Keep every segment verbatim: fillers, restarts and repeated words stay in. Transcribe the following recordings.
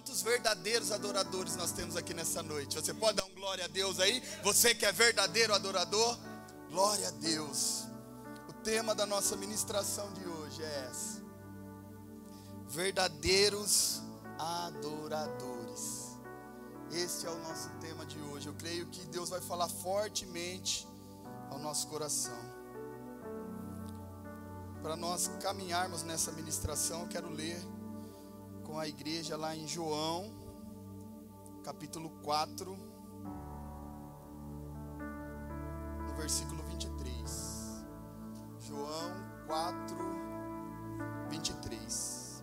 Quantos verdadeiros adoradores nós temos aqui nessa noite? Você pode dar um glória a Deus aí? Você que é verdadeiro adorador? Glória a Deus. O tema da nossa ministração de hoje é esse: verdadeiros adoradores. Esse é o nosso tema de hoje. Eu creio que Deus vai falar fortemente ao nosso coração. Para nós caminharmos nessa ministração, eu quero ler com a igreja lá em João, capítulo quatro, no versículo vinte e três. João quatro, vinte e três.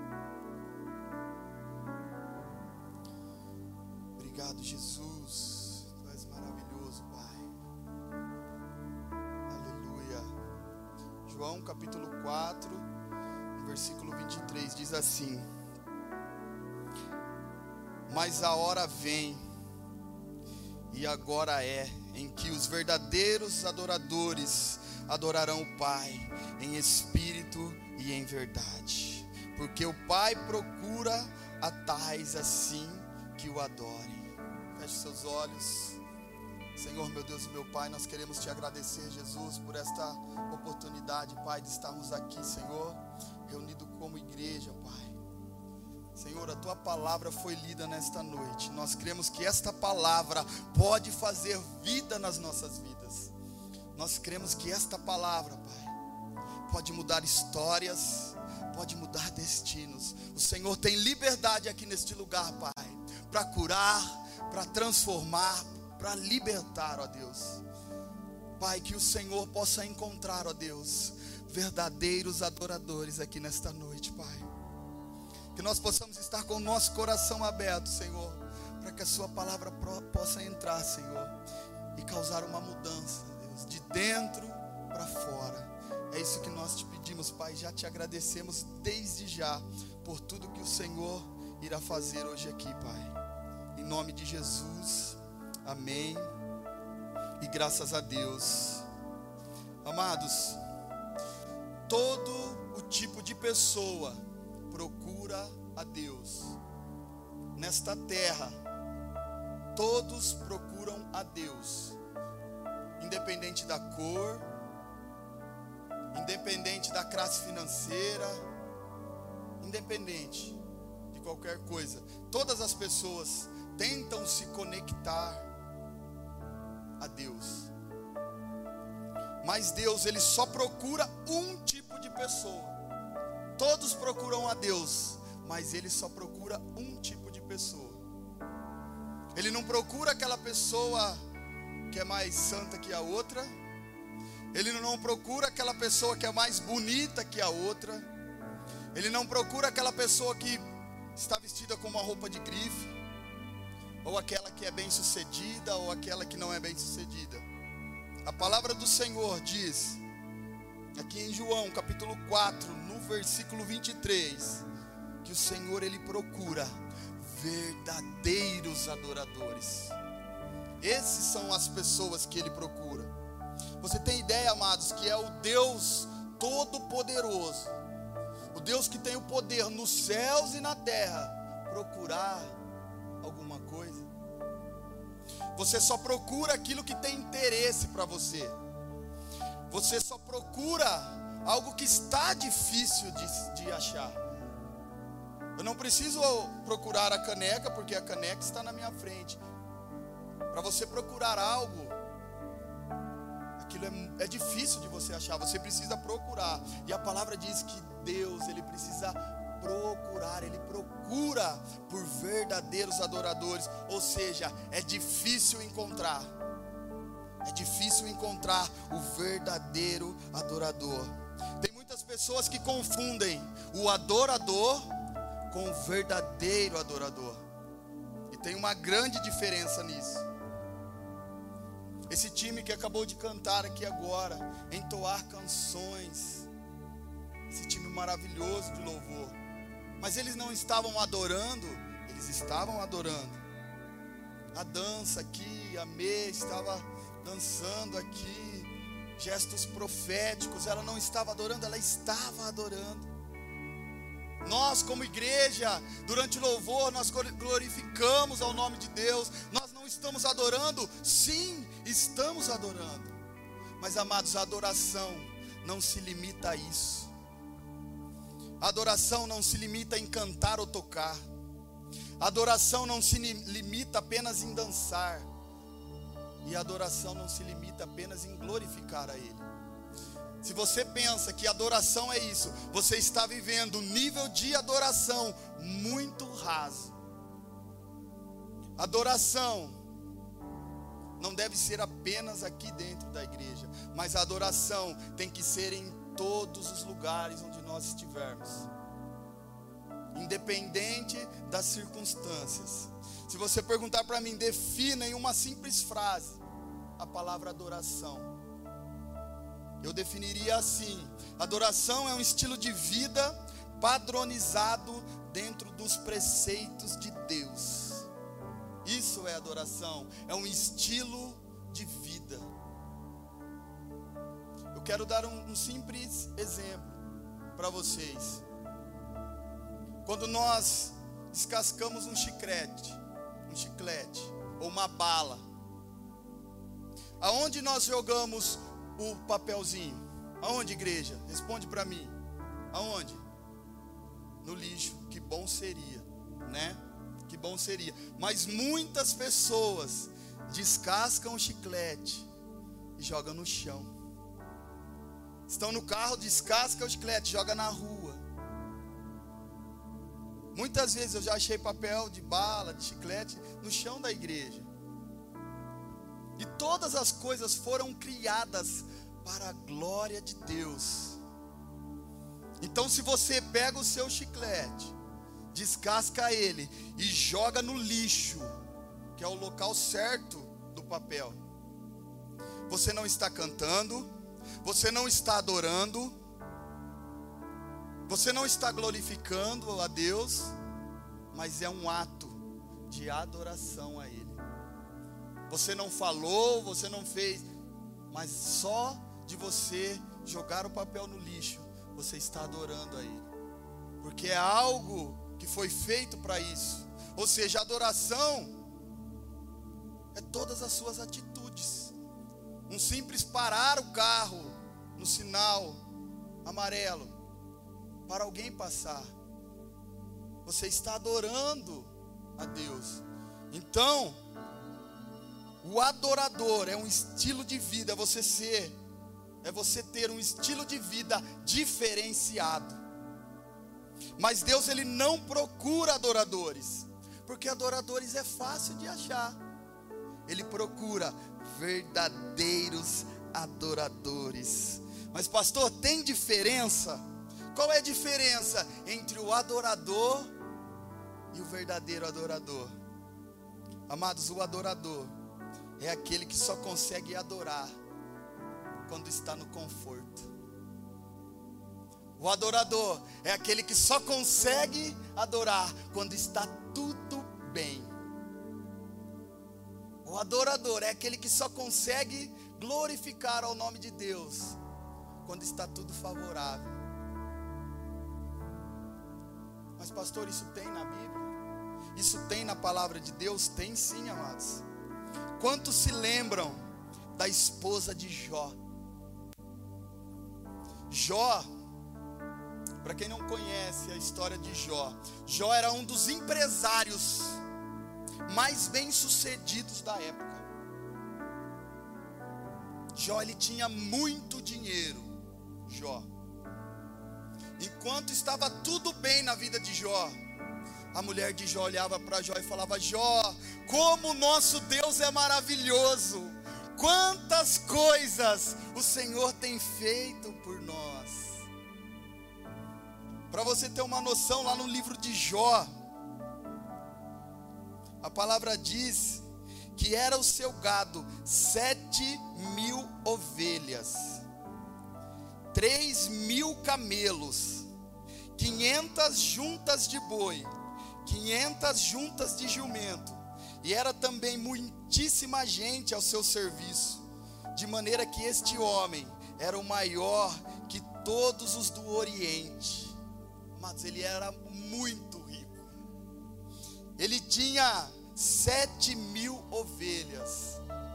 Obrigado, Jesus. Tu és maravilhoso, Pai. Aleluia. João capítulo quatro, versículo vinte e três, diz assim: mas a hora vem, e agora é, em que os verdadeiros adoradores adorarão o Pai em espírito e em verdade, porque o Pai procura a tais assim que o adorem. Feche seus olhos. Senhor, meu Deus e meu Pai, nós queremos te agradecer, Jesus, por esta oportunidade, Pai, de estarmos aqui, Senhor, reunido como igreja, Pai. Senhor, a tua palavra foi lida nesta noite. Nós cremos que esta palavra pode fazer vida nas nossas vidas. Nós cremos que esta palavra, Pai, pode mudar histórias, pode mudar destinos. O Senhor tem liberdade aqui neste lugar, Pai, para curar, para transformar, para libertar, ó Deus. Pai, que o Senhor possa encontrar, ó Deus, verdadeiros adoradores aqui nesta noite, Pai. Que nós possamos estar com o nosso coração aberto, Senhor, para que a sua palavra possa entrar, Senhor, e causar uma mudança, Deus, de dentro para fora. É isso que nós te pedimos, Pai. Já te agradecemos desde já por tudo que o Senhor irá fazer hoje aqui, Pai. Em nome de Jesus, amém. E graças a Deus. Amados, todo o tipo de pessoa procura a Deus. Nesta terra, todos procuram a Deus, independente da cor, independente da classe financeira, independente de qualquer coisa. Todas as pessoas tentam se conectar a Deus. Mas Deus, Ele só procura um tipo de pessoa. Todos procuram a Deus, mas Ele só procura um tipo de pessoa. Ele não procura aquela pessoa que é mais santa que a outra. Ele não procura aquela pessoa que é mais bonita que a outra. Ele não procura aquela pessoa que está vestida com uma roupa de grife, ou aquela que é bem sucedida, ou aquela que não é bem sucedida. A palavra do Senhor diz, aqui em João capítulo quatro, no versículo vinte e três, que o Senhor, Ele procura verdadeiros adoradores. Esses são as pessoas que Ele procura. Você tem ideia, amados, que é o Deus Todo-Poderoso, o Deus que tem o poder nos céus e na terra, procurar alguma coisa? Você só procura aquilo que tem interesse para você. Você só procura algo que está difícil de, de achar. Eu não preciso procurar a caneca, porque a caneca está na minha frente. Para você procurar algo, aquilo é, é difícil de você achar. Você precisa procurar. E a palavra diz que Deus, Ele precisa procurar. Ele procura por verdadeiros adoradores. Ou seja, é difícil encontrar. É difícil encontrar o verdadeiro adorador. Tem muitas pessoas que confundem o adorador com o verdadeiro adorador. E tem uma grande diferença nisso. Esse time que acabou de cantar aqui agora, entoar canções, esse time maravilhoso de louvor, mas eles não estavam adorando, eles estavam adorando. A dança aqui, a Mê estava dançando aqui, gestos proféticos, ela não estava adorando, ela estava adorando. Nós, como igreja, durante o louvor, nós glorificamos ao nome de Deus. Nós não estamos adorando? Sim, estamos adorando. Mas, amados, a adoração não se limita a isso. A adoração não se limita em cantar ou tocar. A adoração não se limita apenas em dançar. E a adoração não se limita apenas em glorificar a Ele. Se você pensa que adoração é isso, você está vivendo um nível de adoração muito raso. Adoração não deve ser apenas aqui dentro da igreja, mas a adoração tem que ser em todos os lugares onde nós estivermos, independente das circunstâncias. Se você perguntar para mim, defina em uma simples frase a palavra adoração, eu definiria assim: adoração é um estilo de vida padronizado dentro dos preceitos de Deus. Isso é adoração, é um estilo de vida. Eu quero dar um, um simples exemplo para vocês. Quando nós descascamos um chiclete, um chiclete ou uma bala, aonde nós jogamos o papelzinho? Aonde, igreja? Responde para mim. Aonde? No lixo. Que bom seria, né? Que bom seria. Mas muitas pessoas descascam o chiclete e jogam no chão. Estão no carro, descascam o chiclete, joga na rua. Muitas vezes eu já achei papel de bala, de chiclete no chão da igreja. E todas as coisas foram criadas para a glória de Deus. Então, se você pega o seu chiclete, descasca ele e joga no lixo, que é o local certo do papel, você não está cantando, você não está adorando, você não está glorificando a Deus, mas é um ato de adoração a Ele. Você não falou, você não fez, mas só de você jogar o papel no lixo, você está adorando a Ele, porque é algo que foi feito para isso. Ou seja, a adoração é todas as suas atitudes. Um simples parar o carro no sinal amarelo para alguém passar, você está adorando a Deus. Então, o adorador é um estilo de vida, é você ser, é você ter um estilo de vida diferenciado. Mas Deus, Ele não procura adoradores, porque adoradores é fácil de achar. Ele procura verdadeiros adoradores. Mas pastor, tem diferença? Qual é a diferença entre o adorador e o verdadeiro adorador? Amados, o adorador é aquele que só consegue adorar quando está no conforto. O adorador é aquele que só consegue adorar quando está tudo bem. O adorador é aquele que só consegue glorificar ao nome de Deus quando está tudo favorável. Mas pastor, isso tem na Bíblia? Isso tem na palavra de Deus? Tem sim, amados. Quantos se lembram da esposa de Jó? Jó, para quem não conhece a história de Jó, Jó era um dos empresários mais bem-sucedidos da época. Jó, ele tinha muito dinheiro. Jó, enquanto estava tudo bem na vida de Jó, a mulher de Jó olhava para Jó e falava: Jó, como o nosso Deus é maravilhoso, quantas coisas o Senhor tem feito por nós. Para você ter uma noção, lá no livro de Jó, a palavra diz que era o seu gado sete mil ovelhas, três mil camelos, quinhentas juntas de boi, quinhentas juntas de jumento, e era também muitíssima gente ao seu serviço, de maneira que este homem era o maior que todos os do Oriente. Mas ele era muito rico. Ele tinha sete mil ovelhas.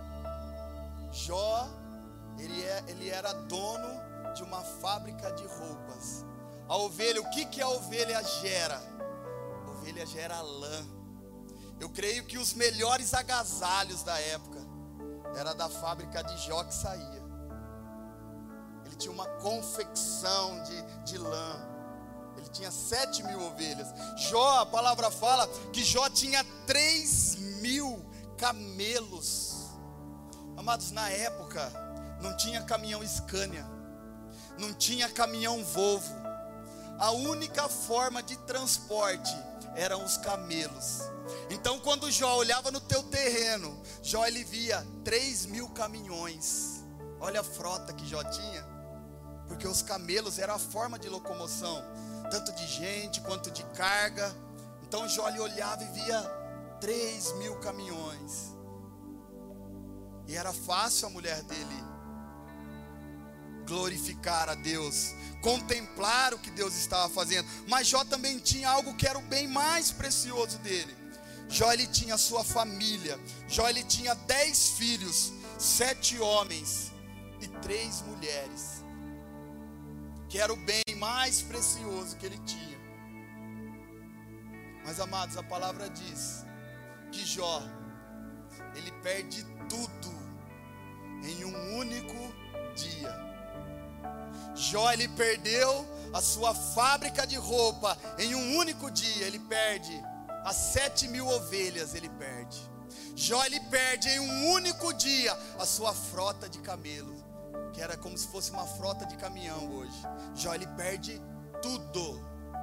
Jó, ele, é, ele era dono de uma fábrica de roupas. A ovelha, o que, que a ovelha gera? A ovelha gera lã. Eu creio que os melhores agasalhos da época era da fábrica de Jó que saía. Ele tinha uma confecção de, de lã. Ele tinha sete mil ovelhas. Jó, a palavra fala que Jó tinha três mil camelos. Amados, na época não tinha caminhão Scania, não tinha caminhão Volvo. A única forma de transporte eram os camelos. Então quando Jó olhava no teu terreno, Jó ele via três mil caminhões. Olha a frota que Jó tinha, porque os camelos eram a forma de locomoção, tanto de gente quanto de carga. Então Jó ele olhava e via três mil caminhões. E era fácil a mulher dele glorificar a Deus, contemplar o que Deus estava fazendo. Mas Jó também tinha algo que era o bem mais precioso dele. Jó ele tinha a sua família. Jó ele tinha dez filhos, sete homens e três mulheres, que era o bem mais precioso que ele tinha. Mas amados, a palavra diz que Jó ele perde tudo em um único dia. Jó ele perdeu a sua fábrica de roupa em um único dia. Ele perde as sete mil ovelhas, ele perde. Jó ele perde em um único dia a sua frota de camelos, que era como se fosse uma frota de caminhão hoje. Jó ele perde tudo.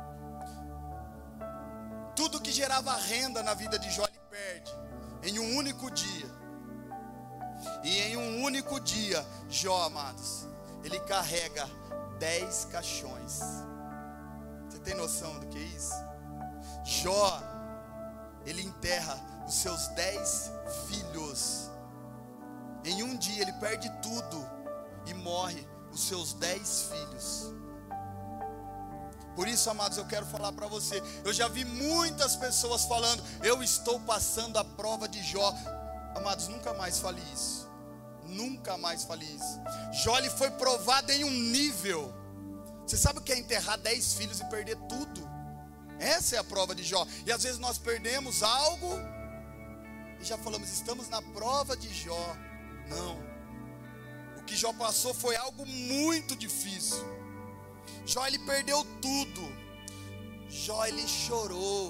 Tudo que gerava renda na vida de Jó ele perde em um único dia. E em um único dia, Jó, amados, ele carrega dez caixões. Você tem noção do que é isso? Jó, ele enterra os seus dez filhos. Em um dia ele perde tudo e morre os seus dez filhos. Por isso, amados, eu quero falar para você. Eu já vi muitas pessoas falando: eu estou passando a prova de Jó. Amados, nunca mais fale isso. Nunca mais fale isso. Jó ele foi provado em um nível. Você sabe o que é enterrar dez filhos e perder tudo? Essa é a prova de Jó. E às vezes nós perdemos algo e já falamos: estamos na prova de Jó. Não. O que Jó passou foi algo muito difícil. Jó ele perdeu tudo. Jó ele chorou.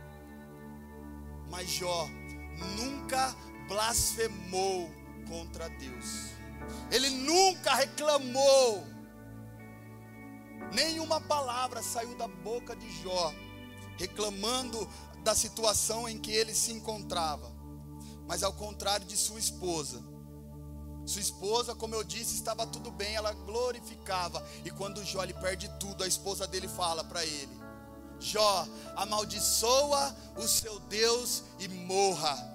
Mas Jó nunca blasfemou contra Deus. Ele nunca reclamou. Nenhuma palavra saiu da boca de Jó reclamando da situação em que ele se encontrava. Mas ao contrário de sua esposa. Sua esposa, como eu disse, estava tudo bem, ela glorificava. E quando Jó ele perde tudo, a esposa dele fala para ele: Jó, amaldiçoa o seu Deus e morra.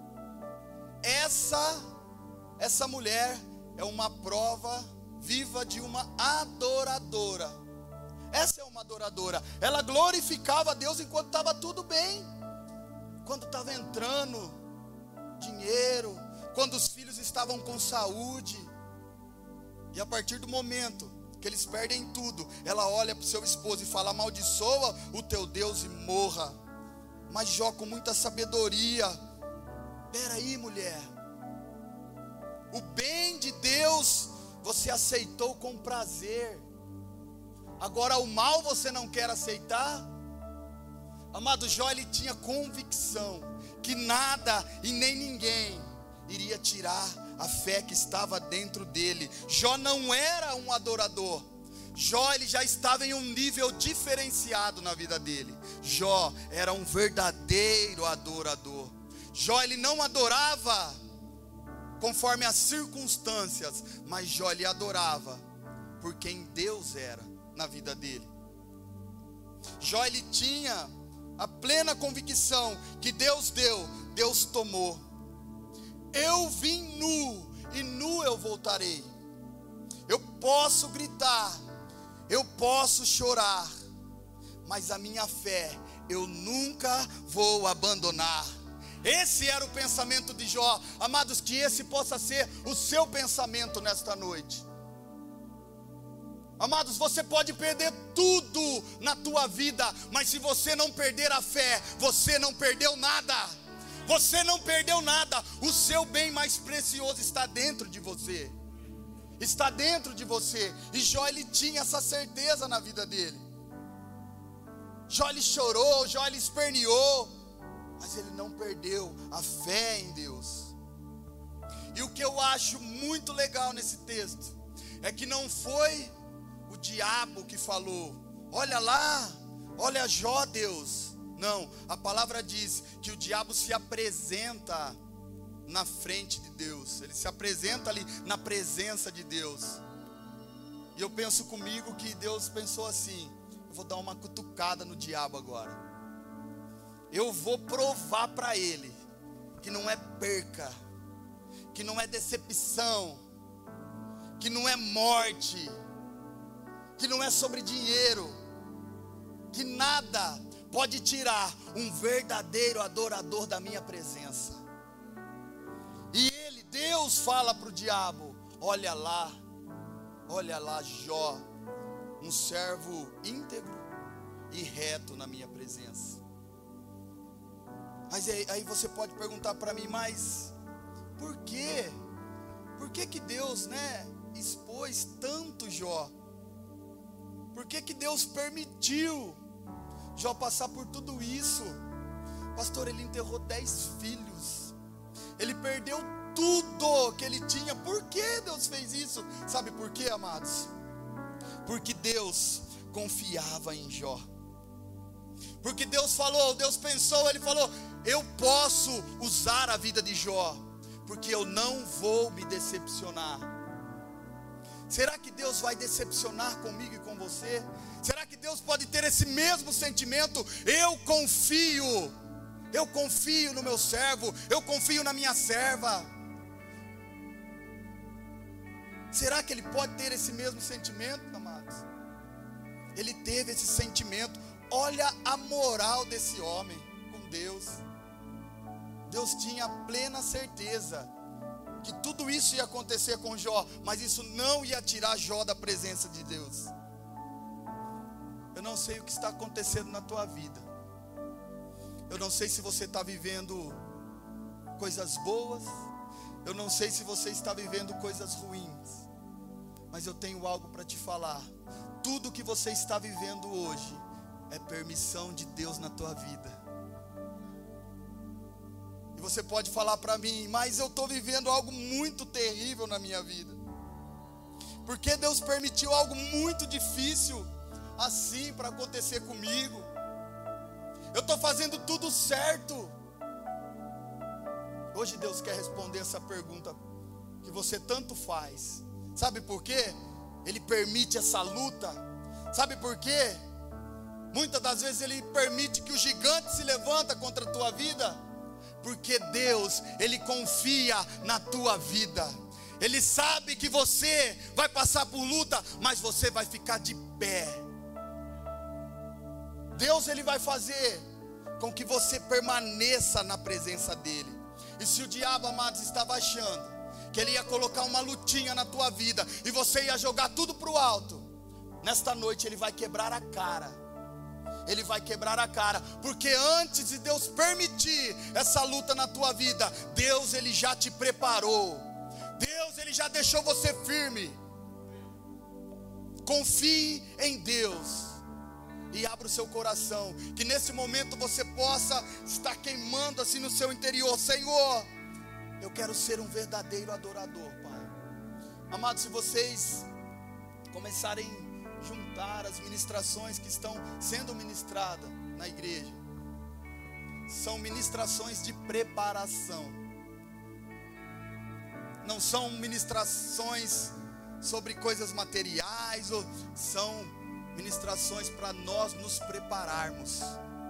Essa, essa mulher é uma prova viva de uma adoradora. Essa é uma adoradora. Ela glorificava a Deus enquanto estava tudo bem. Quando estava entrando dinheiro, quando os filhos estavam com saúde. E a partir do momento que eles perdem tudo, ela olha para o seu esposo e fala: amaldiçoa o teu Deus e morra. Mas Jó, com muita sabedoria: peraí, mulher, o bem de Deus você aceitou com prazer, agora o mal você não quer aceitar? Amado, Jó ele tinha convicção que nada e nem ninguém iria tirar a fé que estava dentro dele. Jó não era um adorador. Jó ele já estava em um nível diferenciado na vida dele. Jó era um verdadeiro adorador. Jó ele não adorava conforme as circunstâncias, mas Jó ele adorava por quem Deus era na vida dele. Jó ele tinha a plena convicção que Deus deu, Deus tomou. Eu vim nu e nu eu voltarei. Eu posso gritar, eu posso chorar, mas a minha fé eu nunca vou abandonar. Esse era o pensamento de Jó. Amados, que esse possa ser o seu pensamento nesta noite. Amados, você pode perder tudo na tua vida, mas se você não perder a fé, você não perdeu nada. Você não perdeu nada. O seu bem mais precioso está dentro de você. Está dentro de você. E Jó, ele tinha essa certeza na vida dele. Jó, ele chorou, Jó, ele esperneou, mas ele não perdeu a fé em Deus. E o que eu acho muito legal nesse texto é que não foi o diabo que falou: olha lá, olha Jó, Deus. Não, a palavra diz que o diabo se apresenta na frente de Deus. Ele se apresenta ali na presença de Deus. E eu penso comigo que Deus pensou assim: eu vou dar uma cutucada no diabo agora. Eu vou provar para ele que não é perca, que não é decepção, que não é morte, que não é sobre dinheiro, que nada pode tirar um verdadeiro adorador da minha presença. E ele, Deus, fala para o diabo: olha lá, olha lá Jó, um servo íntegro e reto na minha presença. Mas aí, aí você pode perguntar para mim: mas por quê? Por que que Deus, né, expôs tanto Jó? Por que que Deus permitiu Jó passar por tudo isso? Pastor, ele enterrou dez filhos, ele perdeu tudo que ele tinha. Por que Deus fez isso? Sabe por quê, amados? Porque Deus confiava em Jó. Porque Deus falou, Deus pensou, Ele falou: eu posso usar a vida de Jó, porque eu não vou me decepcionar. Será que Deus vai decepcionar comigo e com você? Será que Deus pode ter esse mesmo sentimento? Eu confio, eu confio no meu servo, eu confio na minha serva. Será que ele pode ter esse mesmo sentimento, amados? Ele teve esse sentimento. Olha a moral desse homem com Deus. Deus tinha plena certeza que tudo isso ia acontecer com Jó, mas isso não ia tirar Jó da presença de Deus. Eu não sei o que está acontecendo na tua vida. Eu não sei se você está vivendo coisas boas. Eu não sei se você está vivendo coisas ruins. Mas eu tenho algo para te falar. Tudo que você está vivendo hoje é permissão de Deus na tua vida. E você pode falar para mim: mas eu estou vivendo algo muito terrível na minha vida. Porque Deus permitiu algo muito difícil assim para acontecer comigo? Eu estou fazendo tudo certo. Hoje Deus quer responder essa pergunta que você tanto faz. Sabe por quê? Ele permite essa luta. Sabe por quê? Muitas das vezes Ele permite que o gigante se levanta contra a tua vida, porque Deus, Ele confia na tua vida. Ele sabe que você vai passar por luta, mas você vai ficar de pé. Deus, Ele vai fazer com que você permaneça na presença dEle. E se o diabo, amados, estava achando que ele ia colocar uma lutinha na tua vida e você ia jogar tudo para o alto, nesta noite ele vai quebrar a cara. Ele vai quebrar a cara, porque antes de Deus permitir essa luta na tua vida, Deus, Ele já te preparou. Deus, Ele já deixou você firme. Confie em Deus e abra o seu coração, que nesse momento você possa estar queimando assim no seu interior: Senhor, eu quero ser um verdadeiro adorador, Pai. Amados, se vocês começarem a juntar as ministrações que estão sendo ministradas na igreja, são ministrações de preparação. Não são ministrações sobre coisas materiais, ou são ministrações para nós nos prepararmos.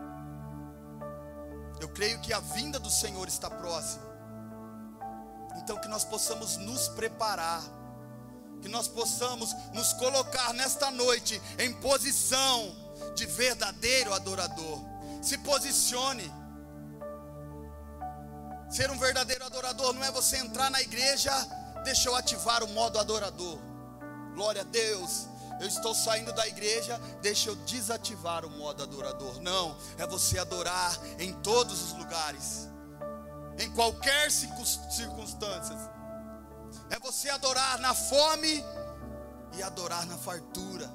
Eu creio que a vinda do Senhor está próxima. Então que nós possamos nos preparar, que nós possamos nos colocar nesta noite em posição de verdadeiro adorador. Se posicione. Ser um verdadeiro adorador não é você entrar na igreja, deixa eu ativar o modo adorador. Glória a Deus, eu estou saindo da igreja, deixa eu desativar o modo adorador. Não, é você adorar em todos os lugares, em qualquer circunstância. É você adorar na fome e adorar na fartura.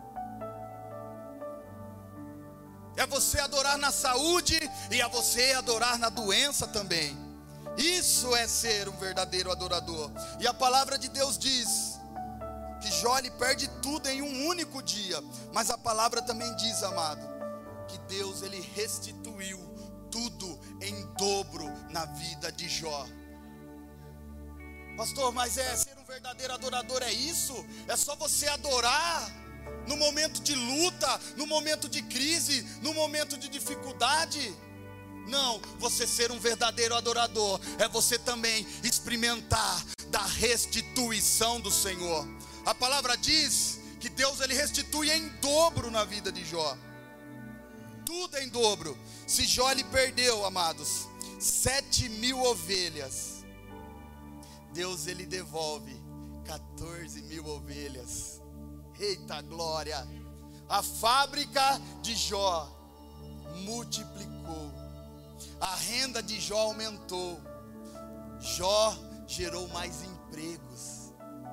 É você adorar na saúde e é você adorar na doença também. Isso é ser um verdadeiro adorador. E a palavra de Deus diz que Jó ele perde tudo em um único dia. Mas a palavra também diz, amado, que Deus ele restituiu tudo em dobro na vida de Jó. Pastor, mas é ser um verdadeiro adorador é isso? É só você adorar no momento de luta, no momento de crise, no momento de dificuldade? Não, você ser um verdadeiro adorador é você também experimentar da restituição do Senhor. A palavra diz que Deus ele restitui em dobro na vida de Jó. Tudo em dobro. Se Jó ele perdeu, amados, sete mil ovelhas, Deus ele devolve quatorze mil ovelhas. Eita glória! A fábrica de Jó multiplicou. A renda de Jó aumentou. Jó gerou mais empregos.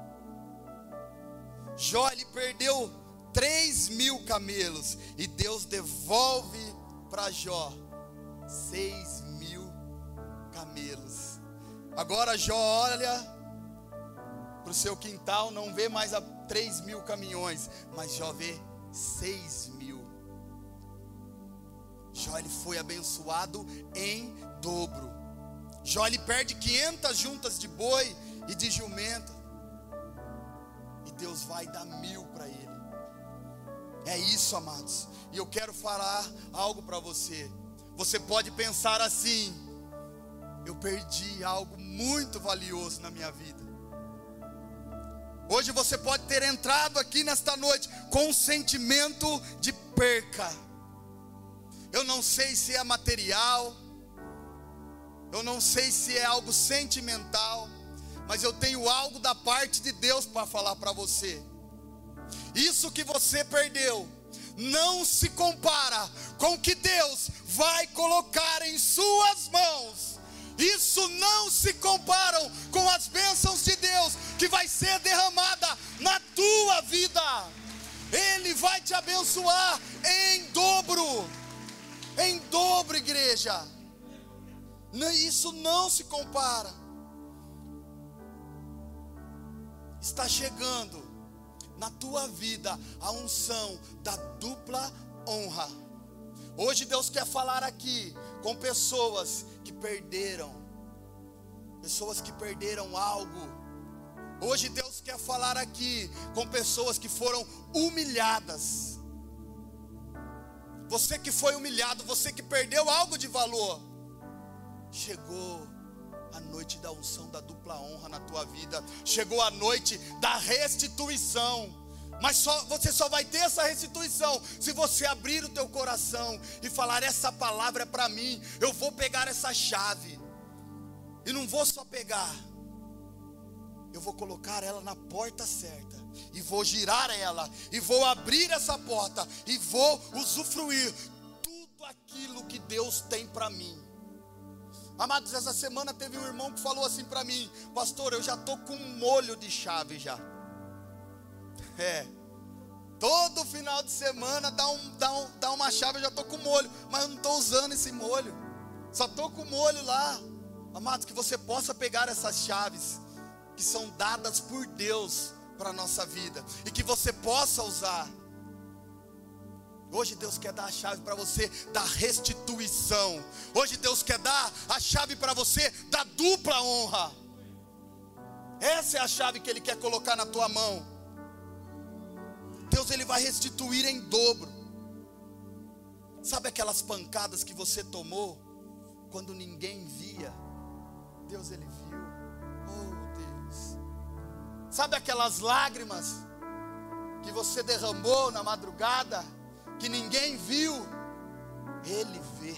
Jó ele perdeu três mil camelos e Deus devolve para Jó seis mil camelos. Agora Jó olha para o seu quintal, não vê mais a três mil caminhões, mas Jó vê seis mil. Jó ele foi abençoado em dobro. Jó ele perde quinhentas juntas de boi e de jumenta, e Deus vai dar mil para ele. É isso, amados. E eu quero falar algo para você. Você pode pensar assim: eu perdi algo muito valioso na minha vida. Hoje você pode ter entrado aqui nesta noite com um sentimento de perca. Eu não sei se é material, eu não sei se é algo sentimental, mas eu tenho algo da parte de Deus para falar para você. Isso que você perdeu não se compara com o que Deus vai colocar em suas mãos. Isso não se compara com as bênçãos de Deus que vai ser derramada na tua vida. Ele vai te abençoar em dobro. Em dobro, igreja. Isso não se compara. Está chegando na tua vida a unção da dupla honra. Hoje Deus quer falar aqui com pessoas que perderam, pessoas que perderam algo. Hoje Deus quer falar aqui com pessoas que foram humilhadas. Você que foi humilhado, você que perdeu algo de valor, chegou a noite da unção da dupla honra na tua vida. Chegou a noite da restituição. Mas só, você só vai ter essa restituição se você abrir o teu coração e falar: essa palavra é para mim. Eu vou pegar essa chave, e não vou só pegar, eu vou colocar ela na porta certa, e vou girar ela, e vou abrir essa porta, e vou usufruir tudo aquilo que Deus tem para mim. Amados, essa semana teve um irmão que falou assim para mim: pastor, eu já estou com um molho de chave já. É, todo final de semana dá, um, dá, um, dá uma chave, eu já estou com molho, mas eu não estou usando esse molho, só estou com o molho lá. Amados, que você possa pegar essas chaves que são dadas por Deus para a nossa vida, e que você possa usar. Hoje Deus quer dar a chave para você da restituição. Hoje Deus quer dar a chave para você da dupla honra. Essa é a chave que Ele quer colocar na tua mão. Deus ele vai restituir em dobro. Sabe aquelas pancadas que você tomou quando ninguém via? Deus ele viu. Oh Deus. Sabe aquelas lágrimas que você derramou na madrugada, que ninguém viu, Ele vê.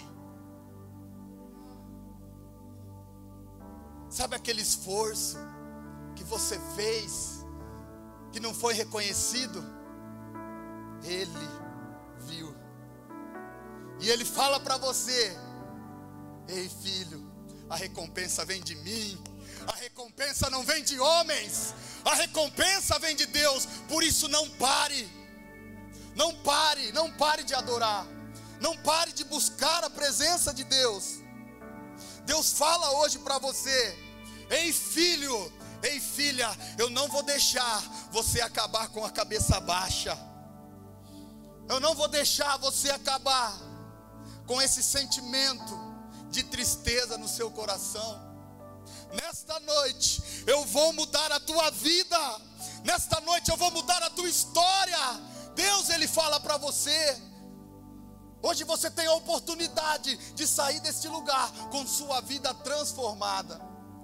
Sabe aquele esforço que você fez, que não foi reconhecido? Ele viu. E Ele fala para você: ei filho, a recompensa vem de mim. A recompensa não vem de homens, a recompensa vem de Deus. Por isso não pare, não pare, não pare de adorar, não pare de buscar a presença de Deus. Deus fala hoje para você: ei filho, ei filha, eu não vou deixar você acabar com a cabeça baixa. Eu não vou deixar você acabar com esse sentimento de tristeza no seu coração. Nesta noite eu vou mudar a tua vida. Nesta noite eu vou mudar a tua história. Deus, Ele fala para você. Hoje você tem a oportunidade de sair deste lugar com sua vida transformada.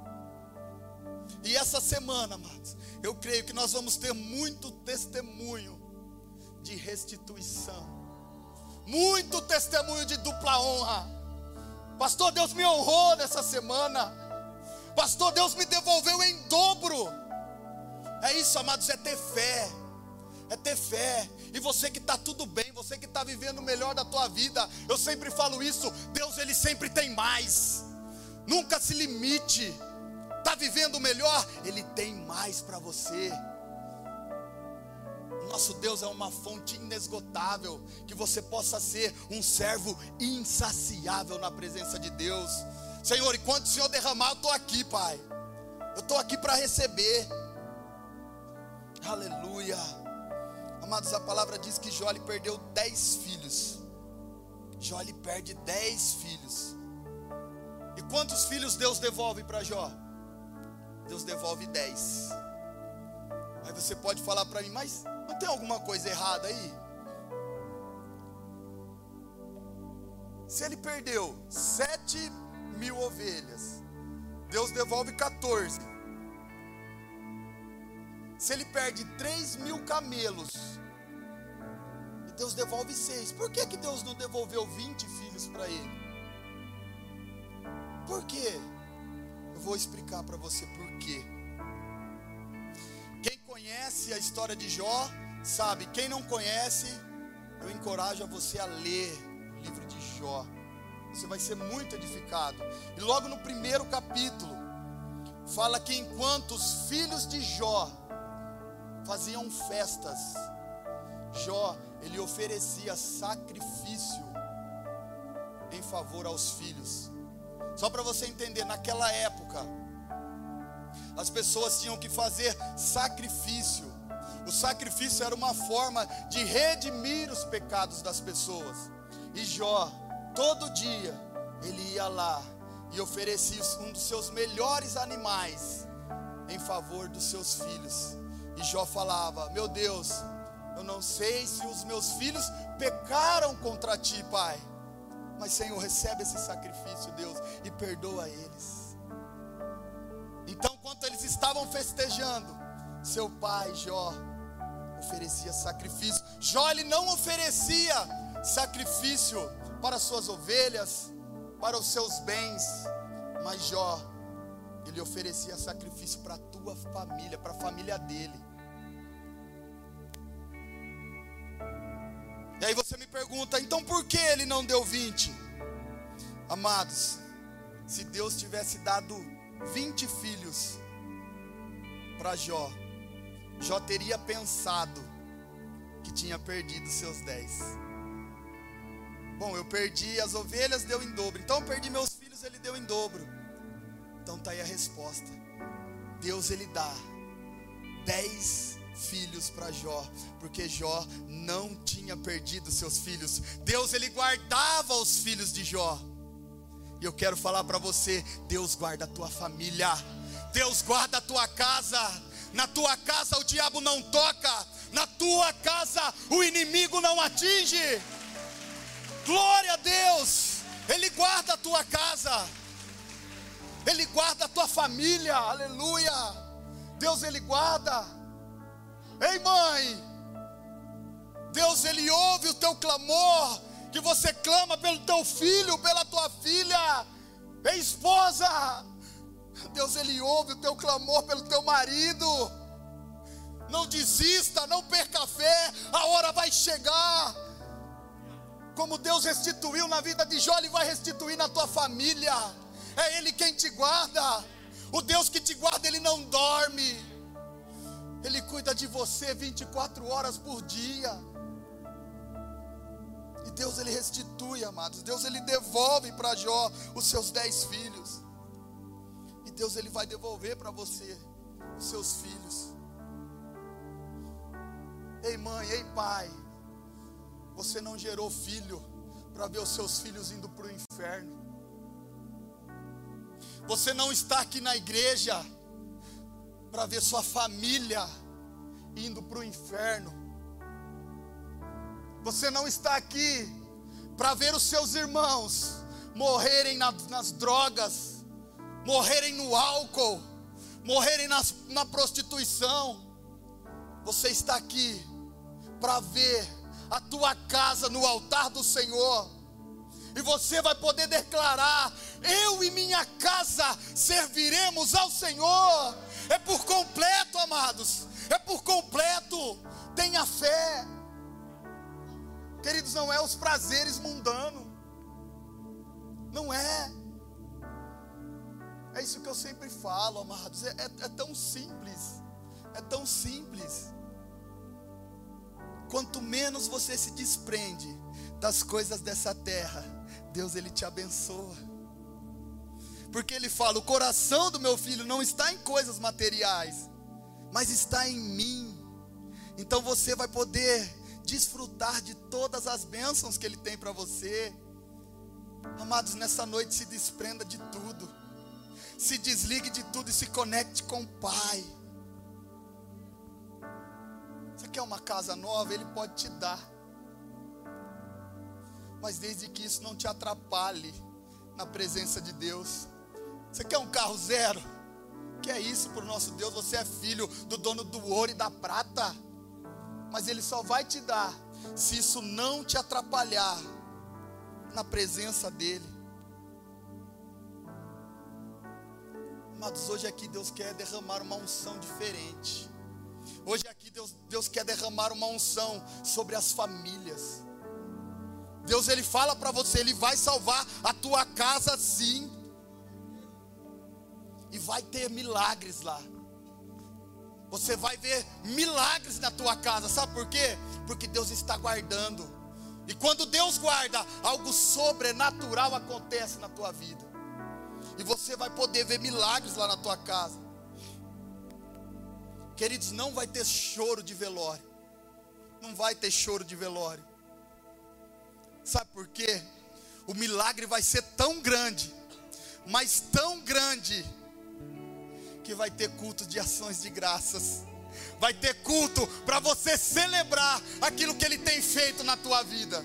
E essa semana, amados, eu creio que nós vamos ter muito testemunho de restituição, muito testemunho de dupla honra. Pastor, Deus me honrou nessa semana. Pastor, Deus me devolveu em dobro. É isso, amados, é ter fé. É ter fé. E você que está tudo bem, você que está vivendo o melhor da tua vida, eu sempre falo isso: Deus, Ele sempre tem mais. Nunca se limite. Está vivendo o melhor, Ele tem mais para você. Nosso Deus é uma fonte inesgotável, que você possa ser um servo insaciável na presença de Deus. Senhor, enquanto o Senhor derramar, eu estou aqui, Pai. Eu estou aqui para receber. Aleluia. Amados, a palavra diz que Jó ele perdeu dez filhos. Jó ele perde dez filhos. E quantos filhos Deus devolve para Jó? Deus devolve dez. Aí você pode falar para mim: mas não tem alguma coisa errada aí? Se ele perdeu sete mil ovelhas, Deus devolve quatorze. Se ele perde três mil camelos, e Deus devolve seis, por que que Deus não devolveu vinte filhos para ele? Por quê? Eu vou explicar para você por quê. Quem conhece a história de Jó sabe. Quem não conhece, eu encorajo a você a ler o livro de Jó. Você vai ser muito edificado. E logo no primeiro capítulo fala que enquanto os filhos de Jó faziam festas, Jó ele oferecia sacrifício em favor aos filhos. Só para você entender, naquela época as pessoas tinham que fazer sacrifício. O sacrifício era uma forma de redimir os pecados das pessoas. E Jó, todo dia, ele ia lá e oferecia um dos seus melhores animais em favor dos seus filhos. E Jó falava: meu Deus, eu não sei se os meus filhos pecaram contra ti, Pai, mas Senhor, recebe esse sacrifício, Deus, e perdoa eles. Então, quando eles estavam festejando, seu pai Jó oferecia sacrifício. Jó ele não oferecia sacrifício para suas ovelhas, para os seus bens, mas Jó ele oferecia sacrifício para a tua família, para a família dele. E aí você me pergunta: então por que ele não deu vinte? Amados, se Deus tivesse dado vinte filhos para Jó, Jó teria pensado que tinha perdido seus dez. Bom, eu perdi as ovelhas, deu em dobro. Então eu perdi meus filhos, ele deu em dobro. Então está aí a resposta. Deus ele dá dez filhos para Jó, porque Jó não tinha perdido seus filhos. Deus ele guardava os filhos de Jó. E eu quero falar para você: Deus guarda a tua família, Deus guarda a tua casa. Na tua casa o diabo não toca, na tua casa o inimigo não atinge. Glória a Deus, Ele guarda a tua casa, Ele guarda a tua família, aleluia. Deus Ele guarda. Ei mãe, Deus, Ele ouve o teu clamor, que você clama pelo teu filho, pela tua filha. Ei, esposa, Deus, Ele ouve o teu clamor pelo teu marido. Não desista, não perca a fé, a hora vai chegar. Como Deus restituiu na vida de Jó, Ele vai restituir na tua família. É Ele quem te guarda. O Deus que te guarda, Ele não dorme. Ele cuida de você vinte e quatro horas por dia. E Deus, Ele restitui, amados. Deus, Ele devolve para Jó os seus dez filhos. E Deus, Ele vai devolver para você os seus filhos. Ei mãe, ei pai, você não gerou filho para ver os seus filhos indo para o inferno. Você não está aqui na igreja para ver sua família indo para o inferno. Você não está aqui para ver os seus irmãos morrerem na, nas drogas, morrerem no álcool, morrerem nas, na prostituição. Você está aqui para ver a tua casa no altar do Senhor. E você vai poder declarar: eu e minha casa serviremos ao Senhor. É por completo, amados. É por completo. Tenha fé. Queridos, não é os prazeres mundanos. Não é. É isso que eu sempre falo, amados. É, é, é tão simples. É tão simples. Quanto menos você se desprende das coisas dessa terra, Deus, Ele te abençoa. Porque Ele fala: o coração do meu filho não está em coisas materiais, mas está em mim. Então você vai poder desfrutar de todas as bênçãos que Ele tem para você. Amados, nessa noite se desprenda de tudo. Se desligue de tudo e se conecte com o Pai. Você quer uma casa nova? Ele pode te dar. Mas desde que isso não te atrapalhe na presença de Deus. Você quer um carro zero? Que é isso para o nosso Deus? Você é filho do dono do ouro e da prata. Mas Ele só vai te dar se isso não te atrapalhar na presença dEle. Amados, hoje aqui Deus quer derramar uma unção diferente. Hoje aqui Deus, Deus quer derramar uma unção sobre as famílias. Deus, Ele fala para você: Ele vai salvar a tua casa sim. E vai ter milagres lá. Você vai ver milagres na tua casa. Sabe por quê? Porque Deus está guardando. E quando Deus guarda, algo sobrenatural acontece na tua vida. E você vai poder ver milagres lá na tua casa. Queridos, não vai ter choro de velório. Não vai ter choro de velório. Sabe por quê? O milagre vai ser tão grande, mas tão grande, que vai ter culto de ações de graças. Vai ter culto para você celebrar aquilo que Ele tem feito na tua vida.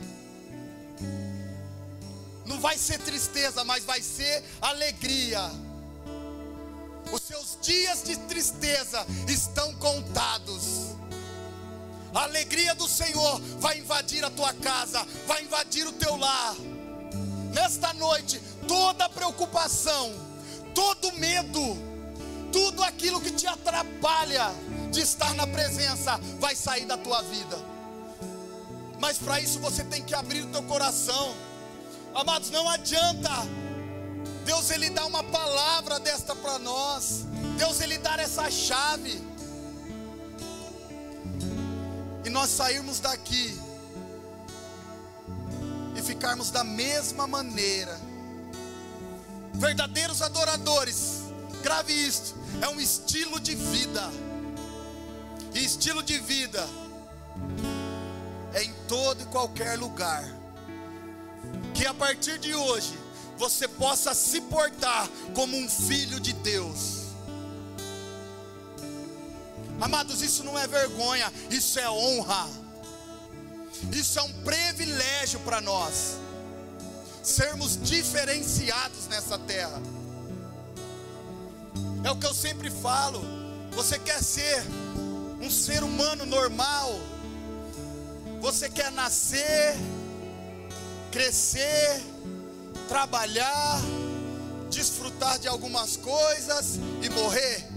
Não vai ser tristeza, mas vai ser alegria. Os seus dias de tristeza estão contados. A alegria do Senhor vai invadir a tua casa, vai invadir o teu lar. Nesta noite, toda preocupação, todo medo, tudo aquilo que te atrapalha de estar na presença, vai sair da tua vida. Mas para isso você tem que abrir o teu coração. Amados, não adianta Deus, Ele dá uma palavra desta para nós. Deus, Ele dá essa chave. E nós sairmos daqui e ficarmos da mesma maneira. Verdadeiros adoradores, grave isto, é um estilo de vida. E estilo de vida é em todo e qualquer lugar. Que a partir de hoje você possa se portar como um filho de Deus. Amados, isso não é vergonha, isso é honra. Isso é um privilégio para nós, sermos diferenciados nessa terra. É o que eu sempre falo. Você quer ser um ser humano normal, Você quer nascer, crescer, trabalhar, desfrutar de algumas coisas e morrer?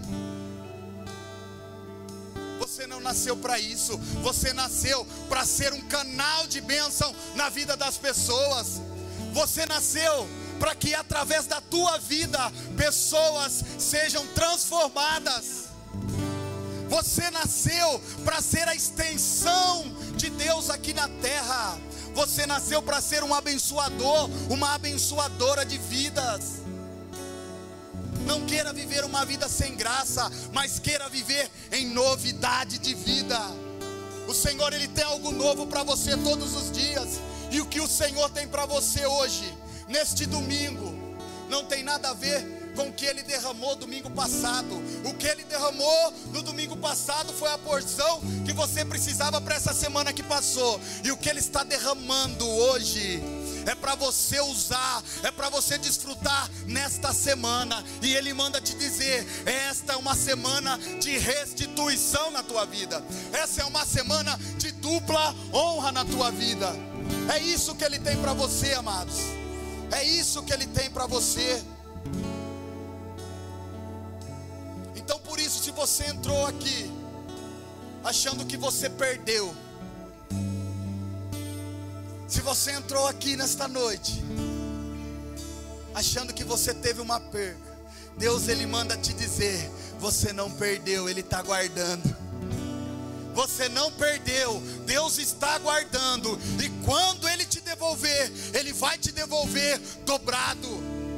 Você não nasceu para isso. Você nasceu para ser um canal de bênção na vida das pessoas. Você nasceu para que através da tua vida pessoas sejam transformadas. Você nasceu para ser a extensão de Deus aqui na terra. Você nasceu para ser um abençoador, uma abençoadora de vidas. Não queira viver uma vida sem graça, mas queira viver em novidade de vida. O Senhor, Ele tem algo novo para você todos os dias. E o que o Senhor tem para você hoje, neste domingo, não tem nada a ver com o que Ele derramou domingo passado. O que Ele derramou no domingo passado foi a porção que você precisava para essa semana que passou. E o que Ele está derramando hoje é para você usar, é para você desfrutar nesta semana. E Ele manda te dizer: esta é uma semana de restituição na tua vida. Essa é uma semana de dupla honra na tua vida. É isso que Ele tem para você, amados. É isso que Ele tem para você. Então por isso, se você entrou aqui achando que você perdeu, se você entrou aqui nesta noite achando que você teve uma perda, Deus, Ele manda te dizer: você não perdeu, Ele está guardando. Você não perdeu, Deus está guardando. E quando Ele te devolver, Ele vai te devolver dobrado.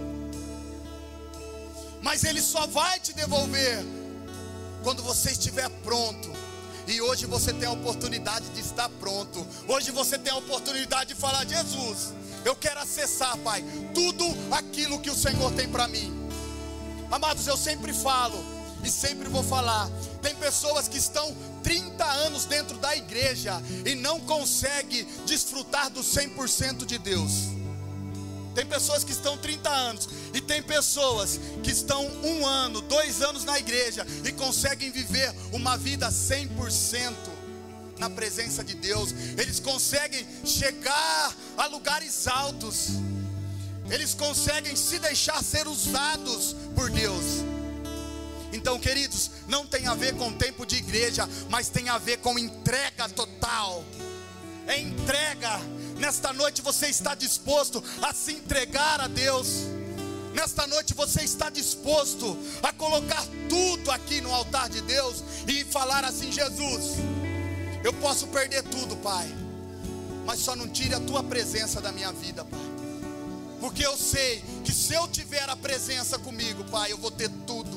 Mas Ele só vai te devolver quando você estiver pronto. E hoje você tem a oportunidade de estar pronto. Hoje você tem a oportunidade de falar: Jesus, eu quero acessar, Pai, tudo aquilo que o Senhor tem para mim. Amados, eu sempre falo e sempre vou falar: tem pessoas que estão trinta anos dentro da igreja e não conseguem desfrutar do cem por cento de Deus. Tem pessoas que estão trinta anos e tem pessoas que estão um ano, dois anos na igreja e conseguem viver uma vida cem por cento na presença de Deus. Eles conseguem chegar a lugares altos. Eles conseguem se deixar ser usados por Deus. Então, queridos, não tem a ver com tempo de igreja, mas tem a ver com entrega total. É entrega. Nesta noite você está disposto a se entregar a Deus. Nesta noite você está disposto a colocar tudo aqui no altar de Deus e falar assim: Jesus, eu posso perder tudo, Pai, mas só não tire a tua presença da minha vida, Pai. Porque eu sei que se eu tiver a presença comigo, Pai, eu vou ter tudo.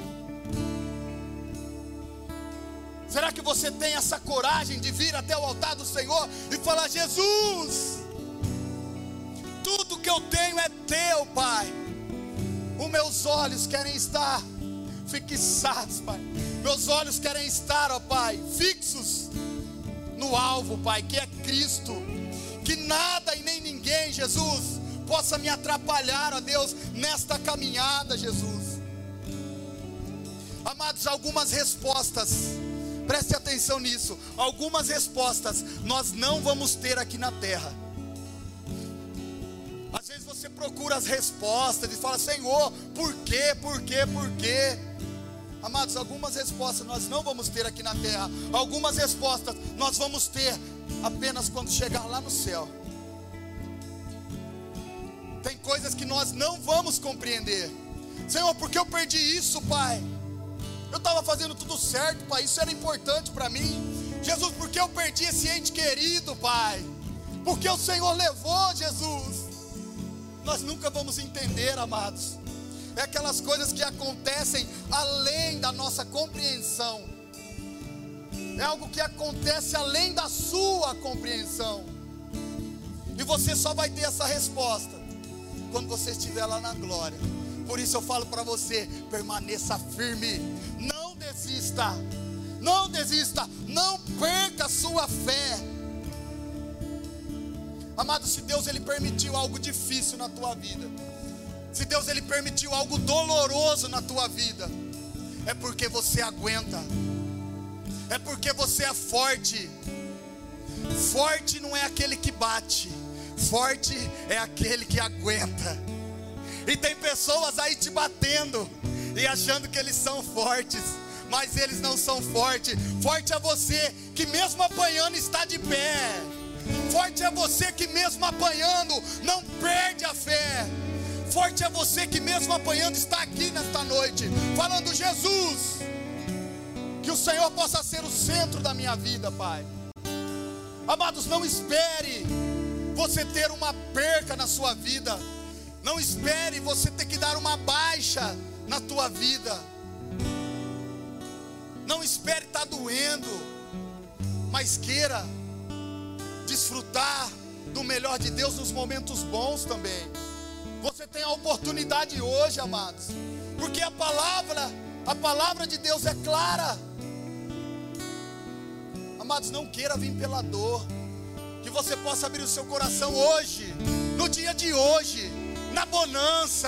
Será que você tem essa coragem de vir até o altar do Senhor e falar: Jesus, tudo que eu tenho é teu, Pai. Os meus olhos querem estar fixados, Pai. Meus olhos querem estar, ó Pai, fixos no alvo, Pai, que é Cristo. Que nada e nem ninguém, Jesus, possa me atrapalhar, ó Deus, nesta caminhada, Jesus. Amados, algumas respostas, preste atenção nisso. Algumas respostas nós não vamos ter aqui na terra. Às vezes você procura as respostas e fala: Senhor, por quê, por quê, por quê? Amados, algumas respostas nós não vamos ter aqui na terra. Algumas respostas nós vamos ter apenas quando chegar lá no céu. Tem coisas que nós não vamos compreender. Senhor, por que eu perdi isso, Pai? Eu estava fazendo tudo certo, Pai, isso era importante para mim. Jesus, por que eu perdi esse ente querido, Pai? Porque o Senhor levou, Jesus. Nós nunca vamos entender, amados. É aquelas coisas que acontecem além da nossa compreensão. É algo que acontece além da sua compreensão. E você só vai ter essa resposta quando você estiver lá na glória. Por isso eu falo para você: permaneça firme, não desista, não desista, não perca a sua fé. Amado, se Deus ele permitiu algo difícil na tua vida, se Deus ele permitiu algo doloroso na tua vida, é porque você aguenta, é porque você é forte, Forte não é aquele que bate, forte é aquele que aguenta. E tem pessoas aí te batendo e achando que eles são fortes, mas eles não são fortes. Forte é você que mesmo apanhando está de pé. Forte é você que mesmo apanhando não perde a fé. Forte é você que mesmo apanhando está aqui nesta noite falando: Jesus, que o Senhor possa ser o centro da minha vida, Pai. Amados, não espere você ter uma perca na sua vida. Não espere você ter que dar uma baixa na tua vida. Não espere estar doendo, mas queira desfrutar do melhor de Deus nos momentos bons também. Você tem a oportunidade hoje, amados, porque a palavra, a palavra de Deus é clara. Amados, não queira vir pela dor. Que você possa abrir o seu coração hoje, no dia de hoje, na bonança.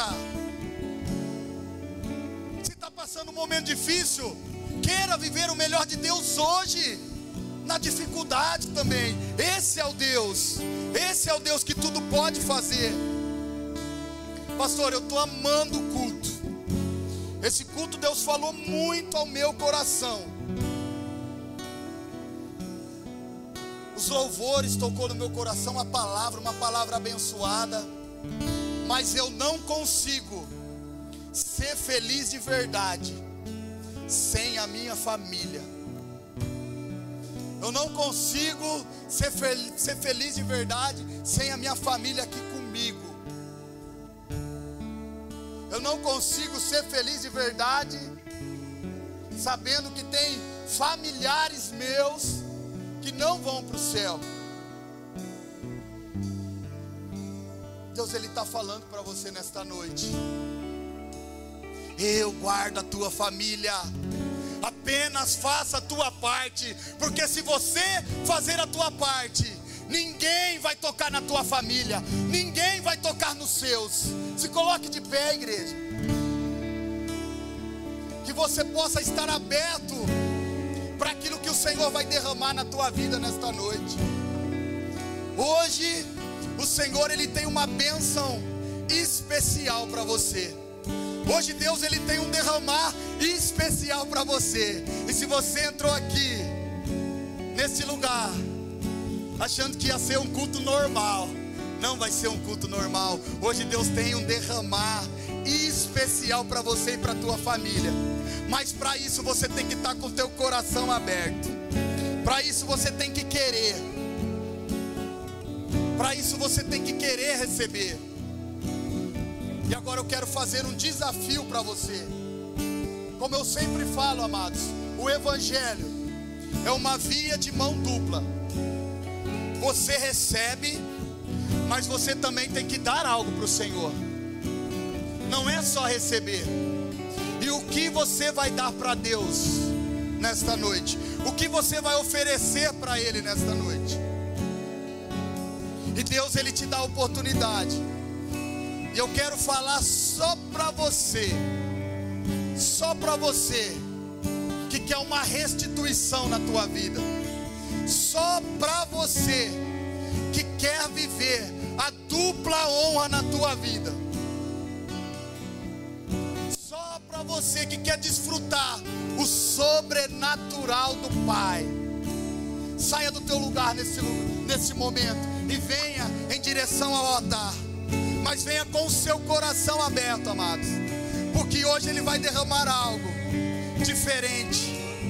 Se está passando um momento difícil, queira viver o melhor de Deus hoje, na dificuldade também. Esse é o Deus, esse é o Deus que tudo pode fazer. Pastor, eu estou amando o culto. Esse culto Deus falou muito ao meu coração. Os louvores tocou no meu coração a palavra, uma palavra abençoada. Mas eu não consigo ser feliz de verdade sem a minha família. Eu não consigo ser, fel- ser feliz de verdade sem a minha família aqui comigo. Eu não consigo ser feliz de verdade sabendo que tem familiares meus que não vão para o céu. Deus, Ele está falando para você nesta noite: eu guardo a tua família, apenas faça a tua parte, porque se você fazer a tua parte, ninguém vai tocar na tua família, ninguém vai tocar nos seus. Se coloque de pé, igreja, que você possa estar aberto para aquilo que o Senhor vai derramar na tua vida nesta noite. Hoje o Senhor, Ele tem uma bênção especial para você. Hoje Deus, Ele tem um derramar especial para você. E se você entrou aqui nesse lugar achando que ia ser um culto normal, não vai ser um culto normal. Hoje Deus tem um derramar especial para você e para a tua família. Mas para isso você tem que estar com o teu coração aberto. Para isso você tem que querer. Para isso você tem que querer receber. E agora eu quero fazer um desafio para você. Como eu sempre falo, amados, o Evangelho é uma via de mão dupla. Você recebe, mas você também tem que dar algo para o Senhor. Não é só receber. E o que você vai dar para Deus nesta noite? O que você vai oferecer para Ele nesta noite? E Deus, Ele te dá a oportunidade. E eu quero falar só para você, só para você que quer uma restituição na tua vida, só para você que quer viver a dupla honra na tua vida, só para você que quer desfrutar o sobrenatural do Pai. Saia do teu lugar nesse, nesse momento e venha em direção ao altar. Mas venha com o seu coração aberto, amados, porque hoje Ele vai derramar algo diferente.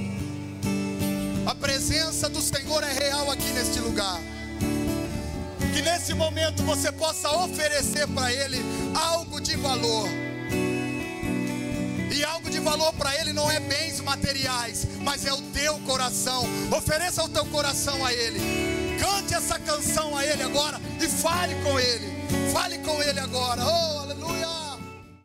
A presença do Senhor é real aqui neste lugar. Que nesse momento você possa oferecer para Ele algo de valor. E algo de valor para Ele não é bens materiais, mas é o teu coração. Ofereça o teu coração a Ele. Cante essa canção a Ele agora e fale com Ele. Fale com Ele agora. Oh!